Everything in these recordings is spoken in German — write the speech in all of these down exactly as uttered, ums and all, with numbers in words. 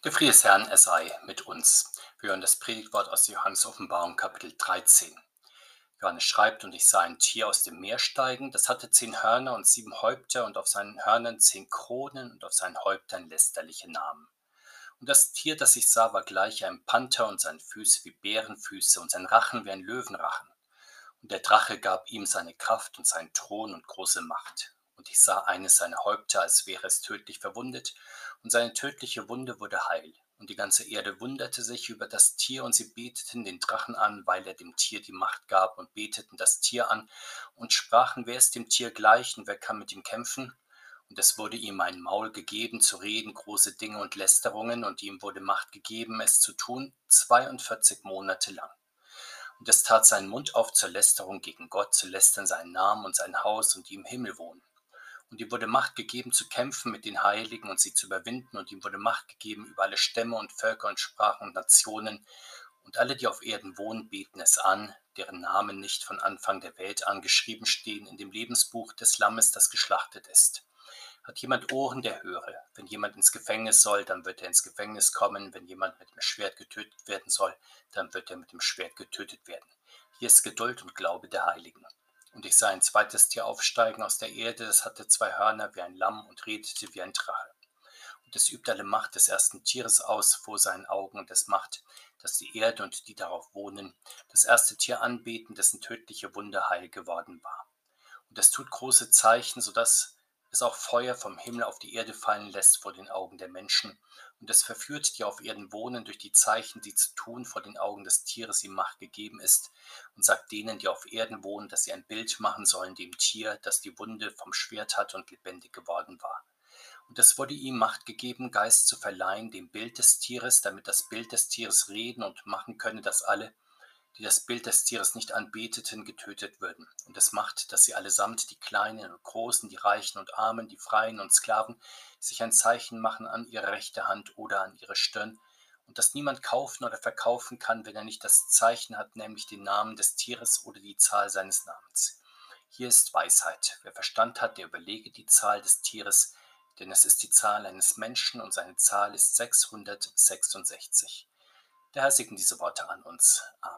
Der Friede des Herrn, er sei mit uns. Wir hören das Predigtwort aus Johannes Offenbarung, Kapitel dreizehn. Johannes schreibt: Und ich sah ein Tier aus dem Meer steigen, das hatte zehn Hörner und sieben Häupter und auf seinen Hörnern zehn Kronen und auf seinen Häuptern lästerliche Namen. Und das Tier, das ich sah, war gleich einem Panther und seine Füße wie Bärenfüße und sein Rachen wie ein Löwenrachen. Und der Drache gab ihm seine Kraft und seinen Thron und große Macht. Und ich sah eines seiner Häupter, als wäre es tödlich verwundet, und seine tödliche Wunde wurde heil. Und die ganze Erde wunderte sich über das Tier, und sie beteten den Drachen an, weil er dem Tier die Macht gab, und beteten das Tier an und sprachen: Wer ist dem Tier gleich und wer kann mit ihm kämpfen? Und es wurde ihm ein Maul gegeben, zu reden große Dinge und Lästerungen, und ihm wurde Macht gegeben, es zu tun, zweiundvierzig Monate lang. Und es tat seinen Mund auf zur Lästerung gegen Gott, zu lästern seinen Namen und sein Haus und die im Himmel wohnen. Und ihm wurde Macht gegeben, zu kämpfen mit den Heiligen und sie zu überwinden. Und ihm wurde Macht gegeben über alle Stämme und Völker und Sprachen und Nationen. Und alle, die auf Erden wohnen, beten es an, deren Namen nicht von Anfang der Welt an geschrieben stehen in dem Lebensbuch des Lammes, das geschlachtet ist. Hat jemand Ohren, der höre? Wenn jemand ins Gefängnis soll, dann wird er ins Gefängnis kommen. Wenn jemand mit dem Schwert getötet werden soll, dann wird er mit dem Schwert getötet werden. Hier ist Geduld und Glaube der Heiligen. Und ich sah ein zweites Tier aufsteigen aus der Erde, das hatte zwei Hörner wie ein Lamm und redete wie ein Drache. Und es übt alle Macht des ersten Tieres aus vor seinen Augen, und es macht, dass die Erde und die darauf wohnen, das erste Tier anbeten, dessen tödliche Wunde heil geworden war. Und es tut große Zeichen, sodass es auch Feuer vom Himmel auf die Erde fallen lässt vor den Augen der Menschen. Und es verführt, die auf Erden wohnen, durch die Zeichen, die zu tun vor den Augen des Tieres ihm Macht gegeben ist, und sagt denen, die auf Erden wohnen, dass sie ein Bild machen sollen dem Tier, das die Wunde vom Schwert hat und lebendig geworden war. Und es wurde ihm Macht gegeben, Geist zu verleihen, dem Bild des Tieres, damit das Bild des Tieres reden und machen könne, dass alle, die das Bild des Tieres nicht anbeteten, getötet würden. Und es macht, dass sie allesamt, die Kleinen und Großen, die Reichen und Armen, die Freien und Sklaven, sich ein Zeichen machen an ihre rechte Hand oder an ihre Stirn, und dass niemand kaufen oder verkaufen kann, wenn er nicht das Zeichen hat, nämlich den Namen des Tieres oder die Zahl seines Namens. Hier ist Weisheit. Wer Verstand hat, der überlege die Zahl des Tieres, denn es ist die Zahl eines Menschen, und seine Zahl ist sechshundertsechsundsechzig. Der Herr segne diese Worte an uns. Amen.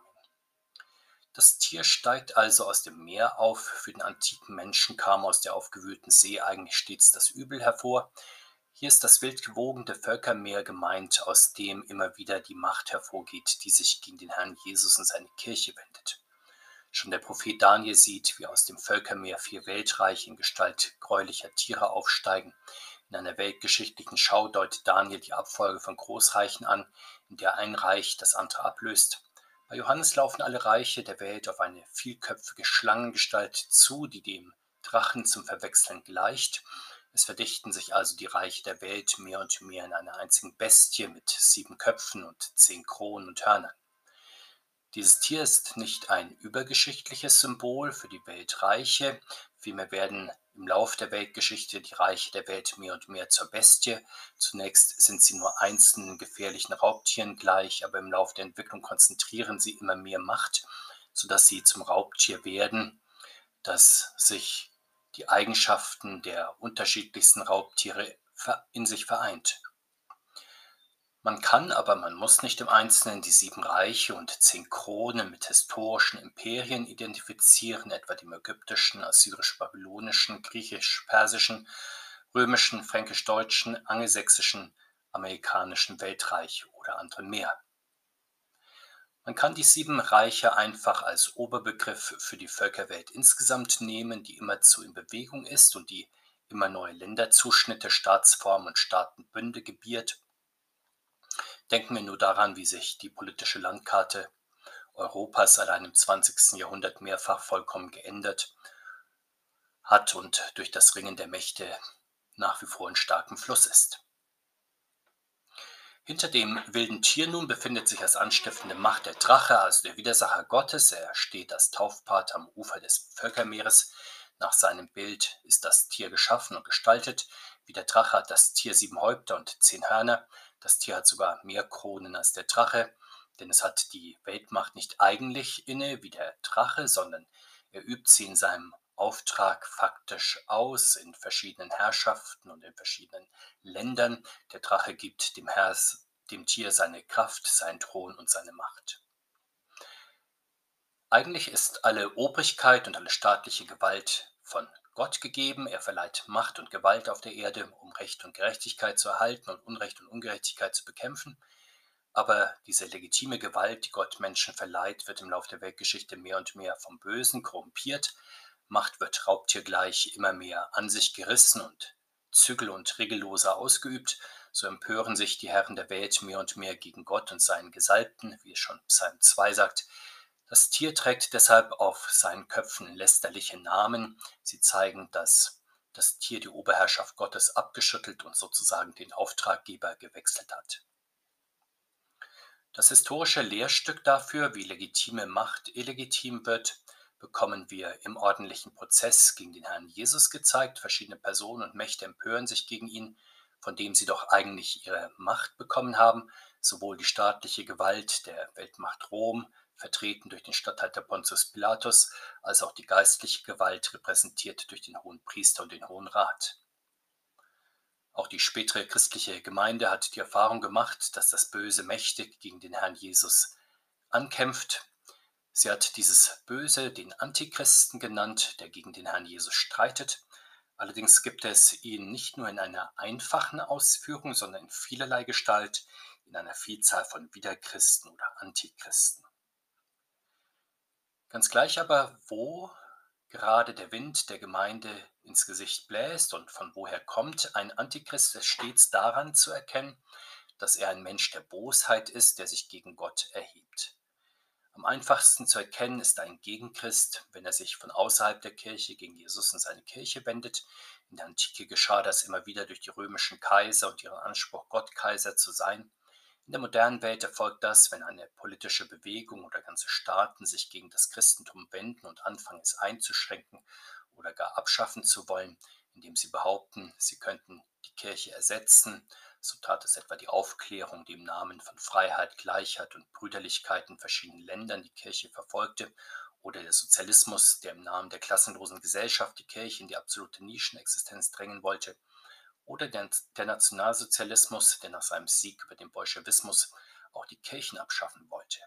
Das Tier steigt also aus dem Meer auf. Für den antiken Menschen kam aus der aufgewühlten See eigentlich stets das Übel hervor. Hier ist das wild gewogene Völkermeer gemeint, aus dem immer wieder die Macht hervorgeht, die sich gegen den Herrn Jesus und seine Kirche wendet. Schon der Prophet Daniel sieht, wie aus dem Völkermeer vier Weltreiche in Gestalt gräulicher Tiere aufsteigen. In einer weltgeschichtlichen Schau deutet Daniel die Abfolge von Großreichen an, in der ein Reich das andere ablöst. Bei Johannes laufen alle Reiche der Welt auf eine vielköpfige Schlangengestalt zu, die dem Drachen zum Verwechseln gleicht. Es verdichten sich also die Reiche der Welt mehr und mehr in einer einzigen Bestie mit sieben Köpfen und zehn Kronen und Hörnern. Dieses Tier ist nicht ein übergeschichtliches Symbol für die Weltreiche, vielmehr werden im Lauf der Weltgeschichte die Reiche der Welt mehr und mehr zur Bestie. Zunächst sind sie nur einzelnen gefährlichen Raubtieren gleich, aber im Lauf der Entwicklung konzentrieren sie immer mehr Macht, sodass sie zum Raubtier werden, das sich die Eigenschaften der unterschiedlichsten Raubtiere in sich vereint. Man kann, aber man muss nicht im Einzelnen die sieben Reiche und zehn Kronen mit historischen Imperien identifizieren, etwa dem ägyptischen, assyrisch-babylonischen, griechisch-persischen, römischen, fränkisch-deutschen, angelsächsischen, amerikanischen Weltreich oder anderen mehr. Man kann die sieben Reiche einfach als Oberbegriff für die Völkerwelt insgesamt nehmen, die immerzu in Bewegung ist und die immer neue Länderzuschnitte, Staatsformen und Staatenbünde gebiert. Denken wir nur daran, wie sich die politische Landkarte Europas allein im zwanzigsten Jahrhundert mehrfach vollkommen geändert hat und durch das Ringen der Mächte nach wie vor in starkem Fluss ist. Hinter dem wilden Tier nun befindet sich als anstiftende Macht der Drache, also der Widersacher Gottes. Er steht als Taufpate am Ufer des Völkermeeres. Nach seinem Bild ist das Tier geschaffen und gestaltet. Wie der Drache hat das Tier sieben Häupter und zehn Hörner. Das Tier hat sogar mehr Kronen als der Drache, denn es hat die Weltmacht nicht eigentlich inne wie der Drache, sondern er übt sie in seinem Auftrag faktisch aus in verschiedenen Herrschaften und in verschiedenen Ländern. Der Drache gibt dem Herr dem Tier seine Kraft, seinen Thron und seine Macht. Eigentlich ist alle Obrigkeit und alle staatliche Gewalt von Gott gegeben. Er verleiht Macht und Gewalt auf der Erde, um Recht und Gerechtigkeit zu erhalten und Unrecht und Ungerechtigkeit zu bekämpfen. Aber diese legitime Gewalt, die Gott Menschen verleiht, wird im Laufe der Weltgeschichte mehr und mehr vom Bösen korrumpiert. Macht wird raubtiergleich immer mehr an sich gerissen und zügel- und regelloser ausgeübt. So empören sich die Herren der Welt mehr und mehr gegen Gott und seinen Gesalbten, wie es schon Psalm zwei sagt. Das Tier trägt deshalb auf seinen Köpfen lästerliche Namen. Sie zeigen, dass das Tier die Oberherrschaft Gottes abgeschüttelt und sozusagen den Auftraggeber gewechselt hat. Das historische Lehrstück dafür, wie legitime Macht illegitim wird, bekommen wir im ordentlichen Prozess gegen den Herrn Jesus gezeigt. Verschiedene Personen und Mächte empören sich gegen ihn, von dem sie doch eigentlich ihre Macht bekommen haben. Sowohl die staatliche Gewalt der Weltmacht Rom, vertreten durch den Statthalter Pontius Pilatus, als auch die geistliche Gewalt, repräsentiert durch den Hohenpriester und den Hohen Rat. Auch die spätere christliche Gemeinde hat die Erfahrung gemacht, dass das Böse mächtig gegen den Herrn Jesus ankämpft. Sie hat dieses Böse den Antichristen genannt, der gegen den Herrn Jesus streitet. Allerdings gibt es ihn nicht nur in einer einfachen Ausführung, sondern in vielerlei Gestalt, in einer Vielzahl von Widerchristen oder Antichristen. Ganz gleich aber, wo gerade der Wind der Gemeinde ins Gesicht bläst und von woher kommt ein Antichrist, ist stets daran zu erkennen, dass er ein Mensch der Bosheit ist, der sich gegen Gott erhebt. Am einfachsten zu erkennen ist ein Gegenchrist, wenn er sich von außerhalb der Kirche gegen Jesus und seine Kirche wendet. In der Antike geschah das immer wieder durch die römischen Kaiser und ihren Anspruch, Gottkaiser zu sein. In der modernen Welt erfolgt das, wenn eine politische Bewegung oder ganze Staaten sich gegen das Christentum wenden und anfangen, es einzuschränken oder gar abschaffen zu wollen, indem sie behaupten, sie könnten die Kirche ersetzen. So tat es etwa die Aufklärung, die im Namen von Freiheit, Gleichheit und Brüderlichkeit in verschiedenen Ländern die Kirche verfolgte, oder der Sozialismus, der im Namen der klassenlosen Gesellschaft die Kirche in die absolute Nischenexistenz drängen wollte, oder der, der Nationalsozialismus, der nach seinem Sieg über den Bolschewismus auch die Kirchen abschaffen wollte.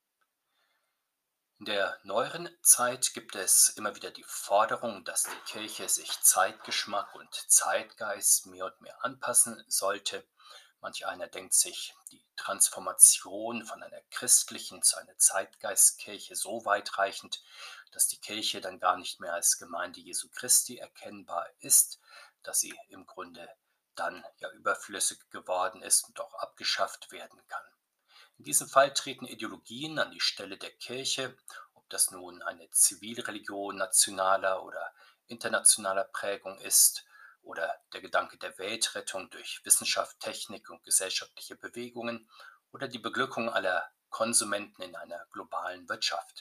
In der neueren Zeit gibt es immer wieder die Forderung, dass die Kirche sich Zeitgeschmack und Zeitgeist mehr und mehr anpassen sollte. Manch einer denkt sich die Transformation von einer christlichen zu einer Zeitgeistkirche so weitreichend, dass die Kirche dann gar nicht mehr als Gemeinde Jesu Christi erkennbar ist, dass sie im Grunde dann ja überflüssig geworden ist und auch abgeschafft werden kann. In diesem Fall treten Ideologien an die Stelle der Kirche, ob das nun eine Zivilreligion nationaler oder internationaler Prägung ist oder der Gedanke der Weltrettung durch Wissenschaft, Technik und gesellschaftliche Bewegungen oder die Beglückung aller Konsumenten in einer globalen Wirtschaft.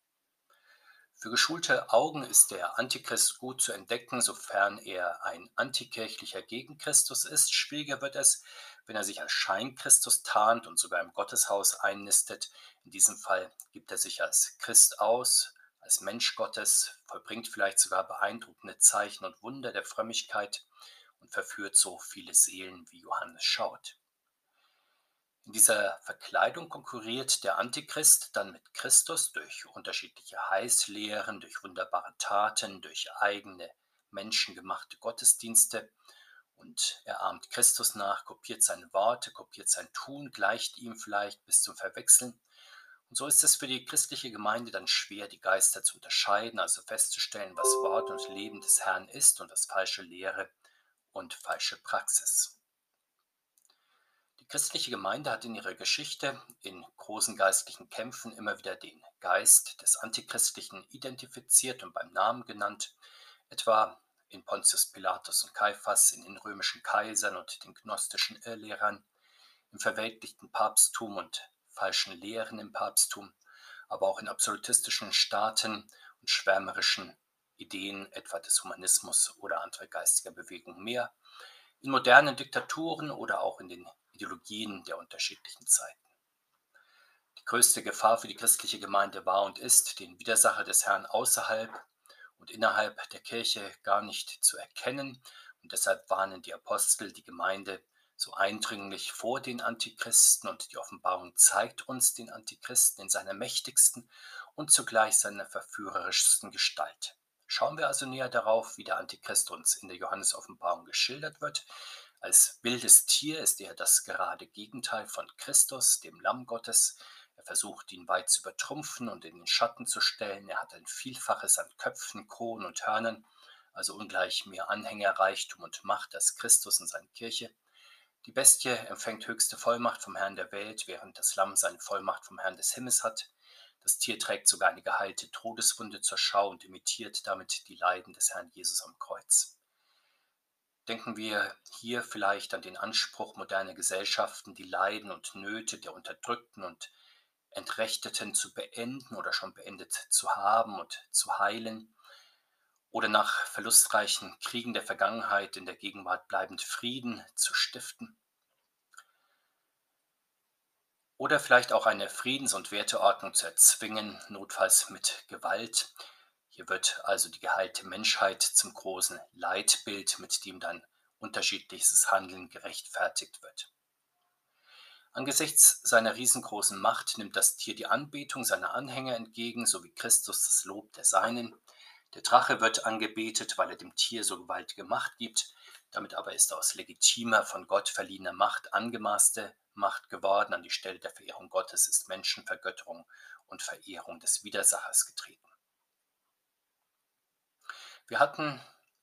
Für geschulte Augen ist der Antichrist gut zu entdecken, sofern er ein antikirchlicher Gegenchristus ist. Schwieriger wird es, wenn er sich als Scheinchristus tarnt und sogar im Gotteshaus einnistet. In diesem Fall gibt er sich als Christ aus, als Mensch Gottes, vollbringt vielleicht sogar beeindruckende Zeichen und Wunder der Frömmigkeit und verführt so viele Seelen, wie Johannes schaut. In dieser Verkleidung konkurriert der Antichrist dann mit Christus durch unterschiedliche Heilslehren, durch wunderbare Taten, durch eigene menschengemachte Gottesdienste. Und er ahmt Christus nach, kopiert seine Worte, kopiert sein Tun, gleicht ihm vielleicht bis zum Verwechseln. Und so ist es für die christliche Gemeinde dann schwer, die Geister zu unterscheiden, also festzustellen, was Wort und Leben des Herrn ist und was falsche Lehre und falsche Praxis. Die christliche Gemeinde hat in ihrer Geschichte in großen geistlichen Kämpfen immer wieder den Geist des Antichristlichen identifiziert und beim Namen genannt, etwa in Pontius Pilatus und Kaiphas, in den römischen Kaisern und den gnostischen Irrlehrern, im verweltlichten Papsttum und falschen Lehren im Papsttum, aber auch in absolutistischen Staaten und schwärmerischen Ideen, etwa des Humanismus oder anderer geistiger Bewegungen mehr, in modernen Diktaturen oder auch in den Ideologien der unterschiedlichen Zeiten. Die größte Gefahr für die christliche Gemeinde war und ist, den Widersacher des Herrn außerhalb und innerhalb der Kirche gar nicht zu erkennen. Und deshalb warnen die Apostel die Gemeinde so eindringlich vor den Antichristen, und die Offenbarung zeigt uns den Antichristen in seiner mächtigsten und zugleich seiner verführerischsten Gestalt. Schauen wir also näher darauf, wie der Antichrist uns in der Johannes-Offenbarung geschildert wird. Als wildes Tier ist er das gerade Gegenteil von Christus, dem Lamm Gottes. Er versucht, ihn weit zu übertrumpfen und in den Schatten zu stellen. Er hat ein Vielfaches an Köpfen, Kronen und Hörnern, also ungleich mehr Anhängerreichtum und Macht als Christus und seine Kirche. Die Bestie empfängt höchste Vollmacht vom Herrn der Welt, während das Lamm seine Vollmacht vom Herrn des Himmels hat. Das Tier trägt sogar eine geheilte Todeswunde zur Schau und imitiert damit die Leiden des Herrn Jesus am Kreuz. Denken wir hier vielleicht an den Anspruch moderner Gesellschaften, die Leiden und Nöte der Unterdrückten und Entrechteten zu beenden oder schon beendet zu haben und zu heilen, oder nach verlustreichen Kriegen der Vergangenheit in der Gegenwart bleibend Frieden zu stiften. Oder vielleicht auch eine Friedens- und Werteordnung zu erzwingen, notfalls mit Gewalt. Hier wird also die geheilte Menschheit zum großen Leitbild, mit dem dann unterschiedliches Handeln gerechtfertigt wird. Angesichts seiner riesengroßen Macht nimmt das Tier die Anbetung seiner Anhänger entgegen, so wie Christus das Lob der Seinen. Der Drache wird angebetet, weil er dem Tier so gewaltige Macht gibt. Damit aber ist er aus legitimer, von Gott verliehener Macht angemaßte Macht geworden. An die Stelle der Verehrung Gottes ist Menschenvergötterung und Verehrung des Widersachers getreten. Wir hatten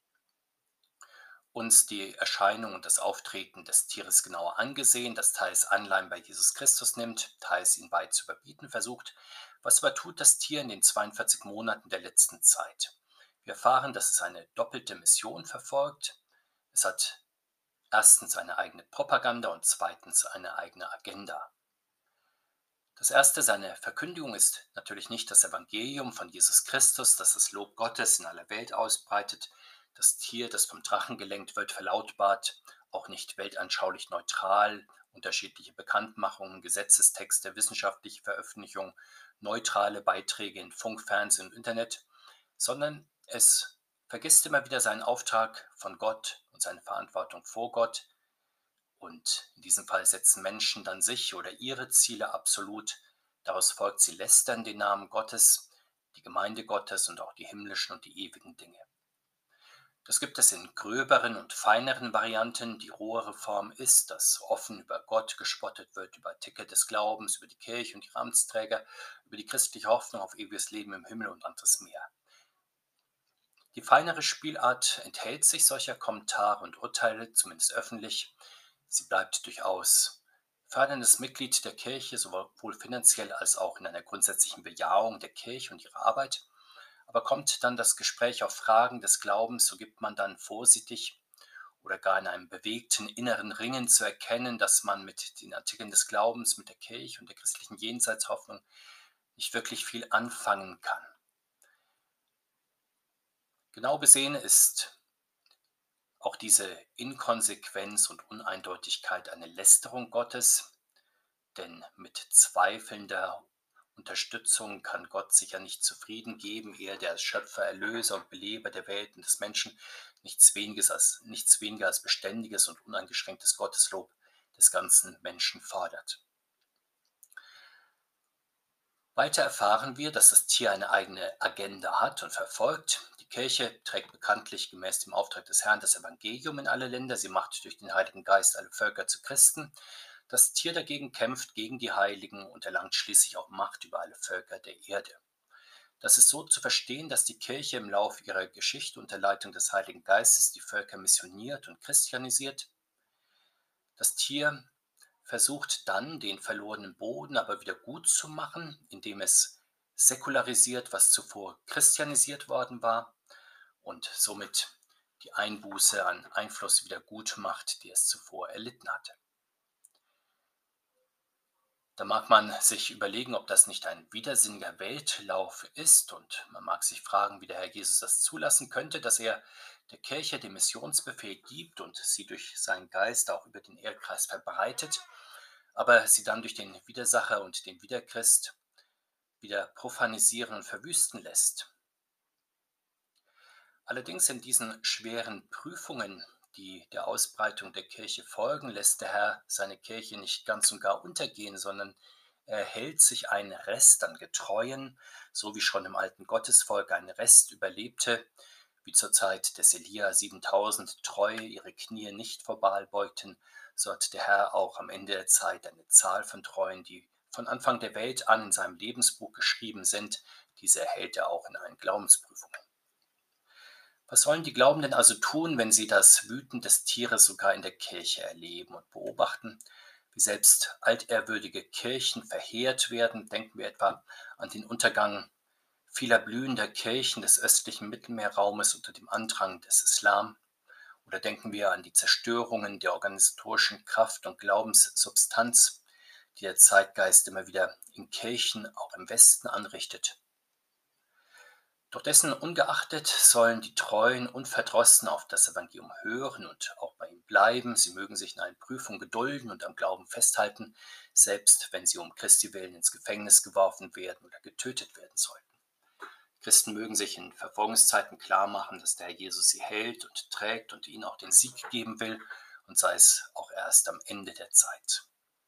uns die Erscheinung und das Auftreten des Tieres genauer angesehen, das teils Anleihen bei Jesus Christus nimmt, teils ihn weit zu überbieten versucht. Was aber tut das Tier in den zweiundvierzig Monaten der letzten Zeit? Wir erfahren, dass es eine doppelte Mission verfolgt. Es hat erstens eine eigene Propaganda und zweitens eine eigene Agenda. Das erste, seine Verkündigung, ist natürlich nicht das Evangelium von Jesus Christus, das das Lob Gottes in aller Welt ausbreitet. Das Tier, das vom Drachen gelenkt wird, verlautbart auch nicht weltanschaulich neutral unterschiedliche Bekanntmachungen, Gesetzestexte, wissenschaftliche Veröffentlichungen, neutrale Beiträge in Funk, Fernsehen und Internet, sondern es vergisst immer wieder seinen Auftrag von Gott und seine Verantwortung vor Gott. Und in diesem Fall setzen Menschen dann sich oder ihre Ziele absolut. Daraus folgt, sie lästern den Namen Gottes, die Gemeinde Gottes und auch die himmlischen und die ewigen Dinge. Das gibt es in gröberen und feineren Varianten. Die rohere Form ist, dass offen über Gott gespottet wird, über Artikel des Glaubens, über die Kirche und ihre Amtsträger, über die christliche Hoffnung auf ewiges Leben im Himmel und anderes mehr. Die feinere Spielart enthält sich solcher Kommentare und Urteile, zumindest öffentlich. Sie bleibt durchaus förderndes Mitglied der Kirche, sowohl finanziell als auch in einer grundsätzlichen Bejahung der Kirche und ihrer Arbeit. Aber kommt dann das Gespräch auf Fragen des Glaubens, so gibt man dann vorsichtig oder gar in einem bewegten inneren Ringen zu erkennen, dass man mit den Artikeln des Glaubens, mit der Kirche und der christlichen Jenseitshoffnung nicht wirklich viel anfangen kann. Genau besehen ist auch diese Inkonsequenz und Uneindeutigkeit eine Lästerung Gottes, denn mit zweifelnder Unterstützung kann Gott sich ja nicht zufrieden geben, er, der als Schöpfer, Erlöser und Beleber der Welt und des Menschen nichts weniger als, nichts weniger als beständiges und uneingeschränktes Gotteslob des ganzen Menschen fordert. Weiter erfahren wir, dass das Tier eine eigene Agenda hat und verfolgt. Die Kirche trägt bekanntlich gemäß dem Auftrag des Herrn das Evangelium in alle Länder. Sie macht durch den Heiligen Geist alle Völker zu Christen. Das Tier dagegen kämpft gegen die Heiligen und erlangt schließlich auch Macht über alle Völker der Erde. Das ist so zu verstehen, dass die Kirche im Lauf ihrer Geschichte unter Leitung des Heiligen Geistes die Völker missioniert und christianisiert. Das Tier versucht dann, den verlorenen Boden aber wieder gut zu machen, indem es säkularisiert, was zuvor christianisiert worden war und somit die Einbuße an Einfluss wieder gut macht, die es zuvor erlitten hatte. Da mag man sich überlegen, ob das nicht ein widersinniger Weltlauf ist, und man mag sich fragen, wie der Herr Jesus das zulassen könnte, dass er der Kirche den Missionsbefehl gibt und sie durch seinen Geist auch über den Erdkreis verbreitet, aber sie dann durch den Widersacher und den Widerchrist wieder profanisieren und verwüsten lässt. Allerdings in diesen schweren Prüfungen die der Ausbreitung der Kirche folgen, lässt der Herr seine Kirche nicht ganz und gar untergehen, sondern er hält sich einen Rest an Getreuen, so wie schon im alten Gottesvolk ein Rest überlebte, wie zur Zeit des Elia siebentausend treu ihre Knie nicht vor Baal beugten, so hat der Herr auch am Ende der Zeit eine Zahl von Treuen, die von Anfang der Welt an in seinem Lebensbuch geschrieben sind. Diese erhält er auch in allen Glaubensprüfungen. Was sollen die Glaubenden also tun, wenn sie das Wüten des Tieres sogar in der Kirche erleben und beobachten, wie selbst altehrwürdige Kirchen verheert werden? Denken wir etwa an den Untergang vieler blühender Kirchen des östlichen Mittelmeerraumes unter dem Andrang des Islam. Oder denken wir an die Zerstörungen der organisatorischen Kraft und Glaubenssubstanz, die der Zeitgeist immer wieder in Kirchen, auch im Westen, anrichtet. Doch dessen ungeachtet sollen die Treuen unverdrossen auf das Evangelium hören und auch bei ihm bleiben. Sie mögen sich in allen Prüfungen gedulden und am Glauben festhalten, selbst wenn sie um Christi willen ins Gefängnis geworfen werden oder getötet werden sollten. Christen mögen sich in Verfolgungszeiten klar machen, dass der Herr Jesus sie hält und trägt und ihnen auch den Sieg geben will, und sei es auch erst am Ende der Zeit.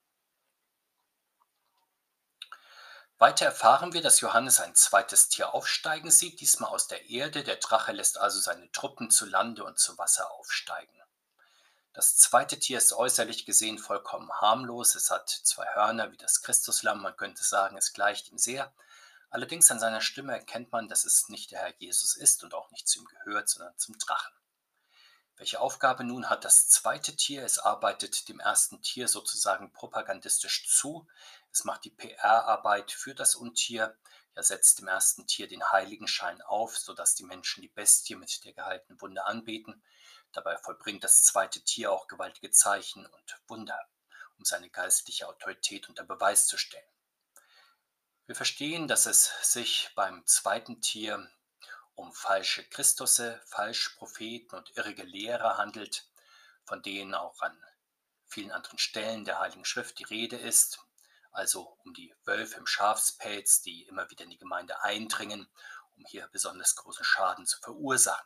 Weiter erfahren wir, dass Johannes ein zweites Tier aufsteigen sieht, diesmal aus der Erde. Der Drache lässt also seine Truppen zu Lande und zu Wasser aufsteigen. Das zweite Tier ist äußerlich gesehen vollkommen harmlos. Es hat zwei Hörner wie das Christuslamm. Man könnte sagen, es gleicht ihm sehr. Allerdings an seiner Stimme erkennt man, dass es nicht der Herr Jesus ist und auch nicht zu ihm gehört, sondern zum Drachen. Welche Aufgabe nun hat das zweite Tier? Es arbeitet dem ersten Tier sozusagen propagandistisch zu. Es macht die P R-Arbeit für das Untier. Er setzt dem ersten Tier den Heiligenschein auf, sodass die Menschen die Bestie mit der gehaltenen Wunde anbeten. Dabei vollbringt das zweite Tier auch gewaltige Zeichen und Wunder, um seine geistliche Autorität unter Beweis zu stellen. Wir verstehen, dass es sich beim zweiten Tier um falsche Christusse, Falschpropheten und irrige Lehrer handelt, von denen auch an vielen anderen Stellen der Heiligen Schrift die Rede ist, also um die Wölfe im Schafspelz, die immer wieder in die Gemeinde eindringen, um hier besonders großen Schaden zu verursachen.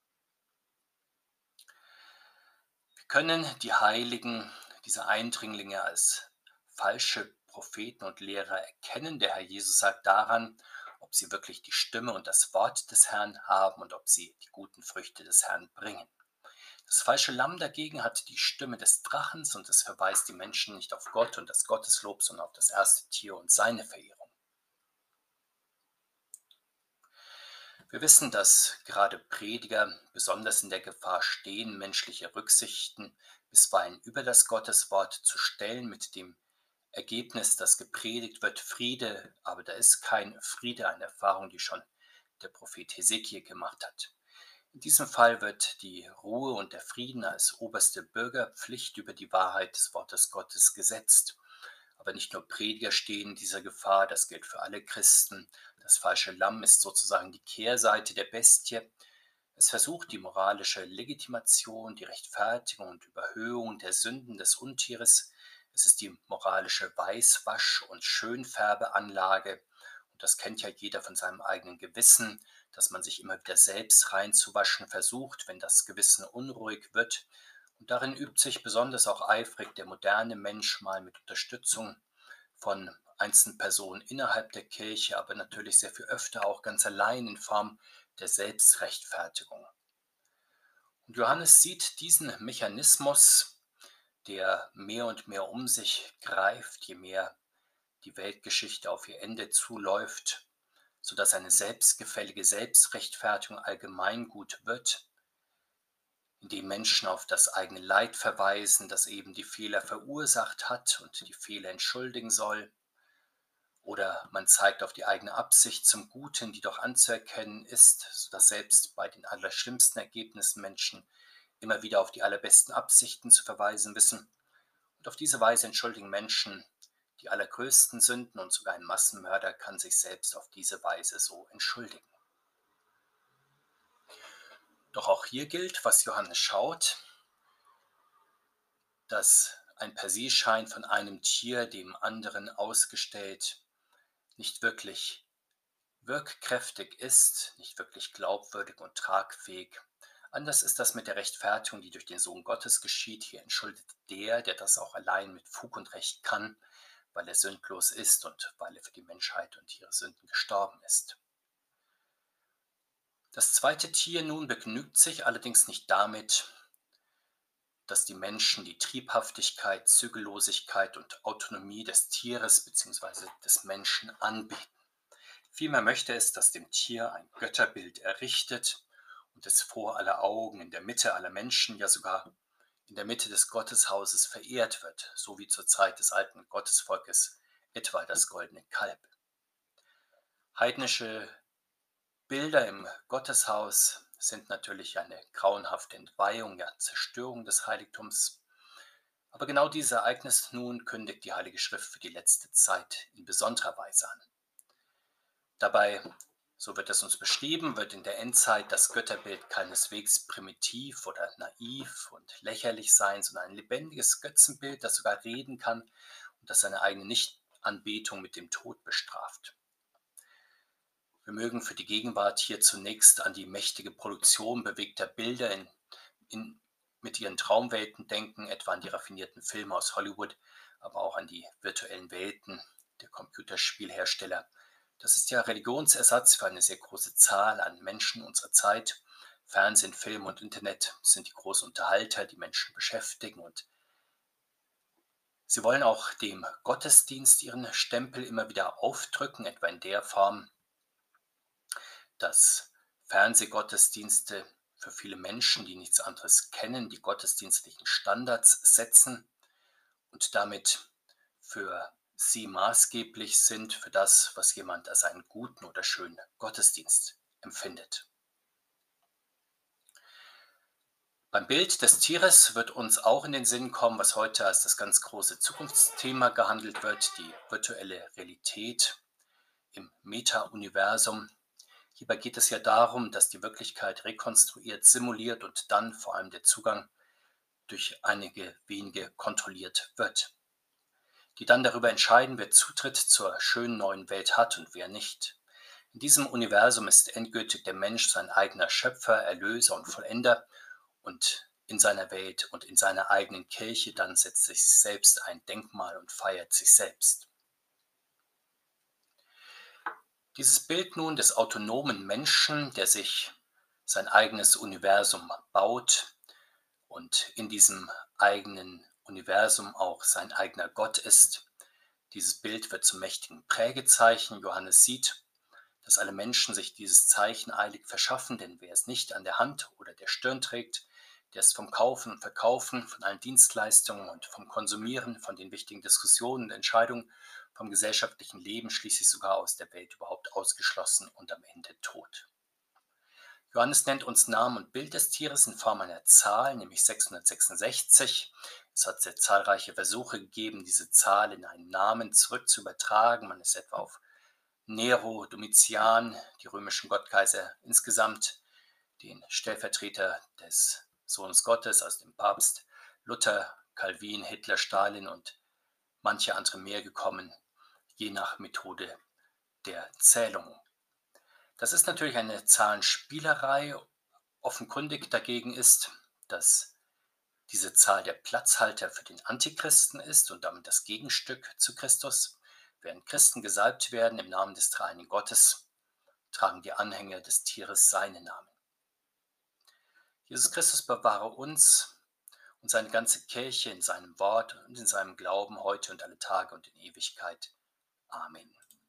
Wir können die Heiligen, diese Eindringlinge als falsche Propheten und Lehrer erkennen. Der Herr Jesus sagt daran, ob sie wirklich die Stimme und das Wort des Herrn haben und ob sie die guten Früchte des Herrn bringen. Das falsche Lamm dagegen hat die Stimme des Drachens und es verweist die Menschen nicht auf Gott und das Gotteslob, sondern auf das erste Tier und seine Verehrung. Wir wissen, dass gerade Prediger besonders in der Gefahr stehen, menschliche Rücksichten bisweilen über das Gotteswort zu stellen, mit dem Ergebnis, dass gepredigt wird, Friede, aber da ist kein Friede, eine Erfahrung, die schon der Prophet Hesekiel gemacht hat. In diesem Fall wird die Ruhe und der Frieden als oberste Bürgerpflicht über die Wahrheit des Wortes Gottes gesetzt. Aber nicht nur Prediger stehen in dieser Gefahr, das gilt für alle Christen. Das falsche Lamm ist sozusagen die Kehrseite der Bestie. Es versucht die moralische Legitimation, die Rechtfertigung und Überhöhung der Sünden des Untieres. Es ist die moralische Weißwasch- und Schönfärbeanlage. Und das kennt ja jeder von seinem eigenen Gewissen, dass man sich immer wieder selbst reinzuwaschen versucht, wenn das Gewissen unruhig wird. Und darin übt sich besonders auch eifrig der moderne Mensch, mal mit Unterstützung von einzelnen Personen innerhalb der Kirche, aber natürlich sehr viel öfter auch ganz allein in Form der Selbstrechtfertigung. Und Johannes sieht diesen Mechanismus, der mehr und mehr um sich greift, je mehr die Weltgeschichte auf ihr Ende zuläuft, sodass eine selbstgefällige Selbstrechtfertigung allgemeingut wird, indem Menschen auf das eigene Leid verweisen, das eben die Fehler verursacht hat und die Fehler entschuldigen soll. Oder man zeigt auf die eigene Absicht zum Guten, die doch anzuerkennen ist, sodass selbst bei den allerschlimmsten Ergebnissen Menschen immer wieder auf die allerbesten Absichten zu verweisen wissen. Und auf diese Weise entschuldigen Menschen die allergrößten Sünden und sogar ein Massenmörder kann sich selbst auf diese Weise so entschuldigen. Doch auch hier gilt, was Johannes schaut, dass ein Persieschein von einem Tier dem anderen ausgestellt nicht wirklich wirkkräftig ist, nicht wirklich glaubwürdig und tragfähig, Anders ist das mit der Rechtfertigung, die durch den Sohn Gottes geschieht. Hier entschuldigt der, der das auch allein mit Fug und Recht kann, weil er sündlos ist und weil er für die Menschheit und ihre Sünden gestorben ist. Das zweite Tier nun begnügt sich allerdings nicht damit, dass die Menschen die Triebhaftigkeit, Zügellosigkeit und Autonomie des Tieres bzw. des Menschen anbeten. Vielmehr möchte es, dass dem Tier ein Götterbild errichtet und es vor aller Augen, in der Mitte aller Menschen, ja sogar in der Mitte des Gotteshauses verehrt wird, so wie zur Zeit des alten Gottesvolkes etwa das goldene Kalb. Heidnische Bilder im Gotteshaus sind natürlich eine grauenhafte Entweihung, ja Zerstörung des Heiligtums. Aber genau dieses Ereignis nun kündigt die Heilige Schrift für die letzte Zeit in besonderer Weise an. Dabei, so wird es uns beschrieben, wird in der Endzeit das Götterbild keineswegs primitiv oder naiv und lächerlich sein, sondern ein lebendiges Götzenbild, das sogar reden kann und das seine eigene Nichtanbetung mit dem Tod bestraft. Wir mögen für die Gegenwart hier zunächst an die mächtige Produktion bewegter Bilder in, in, mit ihren Traumwelten denken, etwa an die raffinierten Filme aus Hollywood, aber auch an die virtuellen Welten der Computerspielhersteller. Das ist ja Religionsersatz für eine sehr große Zahl an Menschen unserer Zeit. Fernsehen, Film und Internet sind die großen Unterhalter, die Menschen beschäftigen, und sie wollen auch dem Gottesdienst ihren Stempel immer wieder aufdrücken, etwa in der Form, dass Fernsehgottesdienste für viele Menschen, die nichts anderes kennen, die gottesdienstlichen Standards setzen und damit für sie maßgeblich sind für das, was jemand als einen guten oder schönen Gottesdienst empfindet. Beim Bild des Tieres wird uns auch in den Sinn kommen, was heute als das ganz große Zukunftsthema gehandelt wird, die virtuelle Realität im Meta-Universum. Hierbei geht es ja darum, dass die Wirklichkeit rekonstruiert, simuliert und dann vor allem der Zugang durch einige wenige kontrolliert wird, die dann darüber entscheiden, wer Zutritt zur schönen neuen Welt hat und wer nicht. In diesem Universum ist endgültig der Mensch sein eigener Schöpfer, Erlöser und Vollender, und in seiner Welt und in seiner eigenen Kirche dann setzt sich selbst ein Denkmal und feiert sich selbst. Dieses Bild nun des autonomen Menschen, der sich sein eigenes Universum baut und in diesem eigenen Universum auch sein eigener Gott ist, dieses Bild wird zum mächtigen Prägezeichen. Johannes sieht, dass alle Menschen sich dieses Zeichen eilig verschaffen, denn wer es nicht an der Hand oder der Stirn trägt, der ist vom Kaufen und Verkaufen, von allen Dienstleistungen und vom Konsumieren, von den wichtigen Diskussionen und Entscheidungen, vom gesellschaftlichen Leben, schließlich sogar aus der Welt überhaupt ausgeschlossen und am Ende tot. Johannes nennt uns Namen und Bild des Tieres in Form einer Zahl, nämlich sechshundertsechsundsechzig. Es hat sehr zahlreiche Versuche gegeben, diese Zahl in einen Namen zurückzuübertragen. Man ist etwa auf Nero, Domitian, die römischen Gottkaiser insgesamt, den Stellvertreter des Sohnes Gottes, also dem Papst, Luther, Calvin, Hitler, Stalin und manche andere mehr gekommen, je nach Methode der Zählung. Das ist natürlich eine Zahlenspielerei. Offenkundig dagegen ist, dass diese Zahl der Platzhalter für den Antichristen ist und damit das Gegenstück zu Christus. Während Christen gesalbt werden im Namen des dreieinigen Gottes, tragen die Anhänger des Tieres seinen Namen. Jesus Christus bewahre uns und seine ganze Kirche in seinem Wort und in seinem Glauben heute und alle Tage und in Ewigkeit. Amen.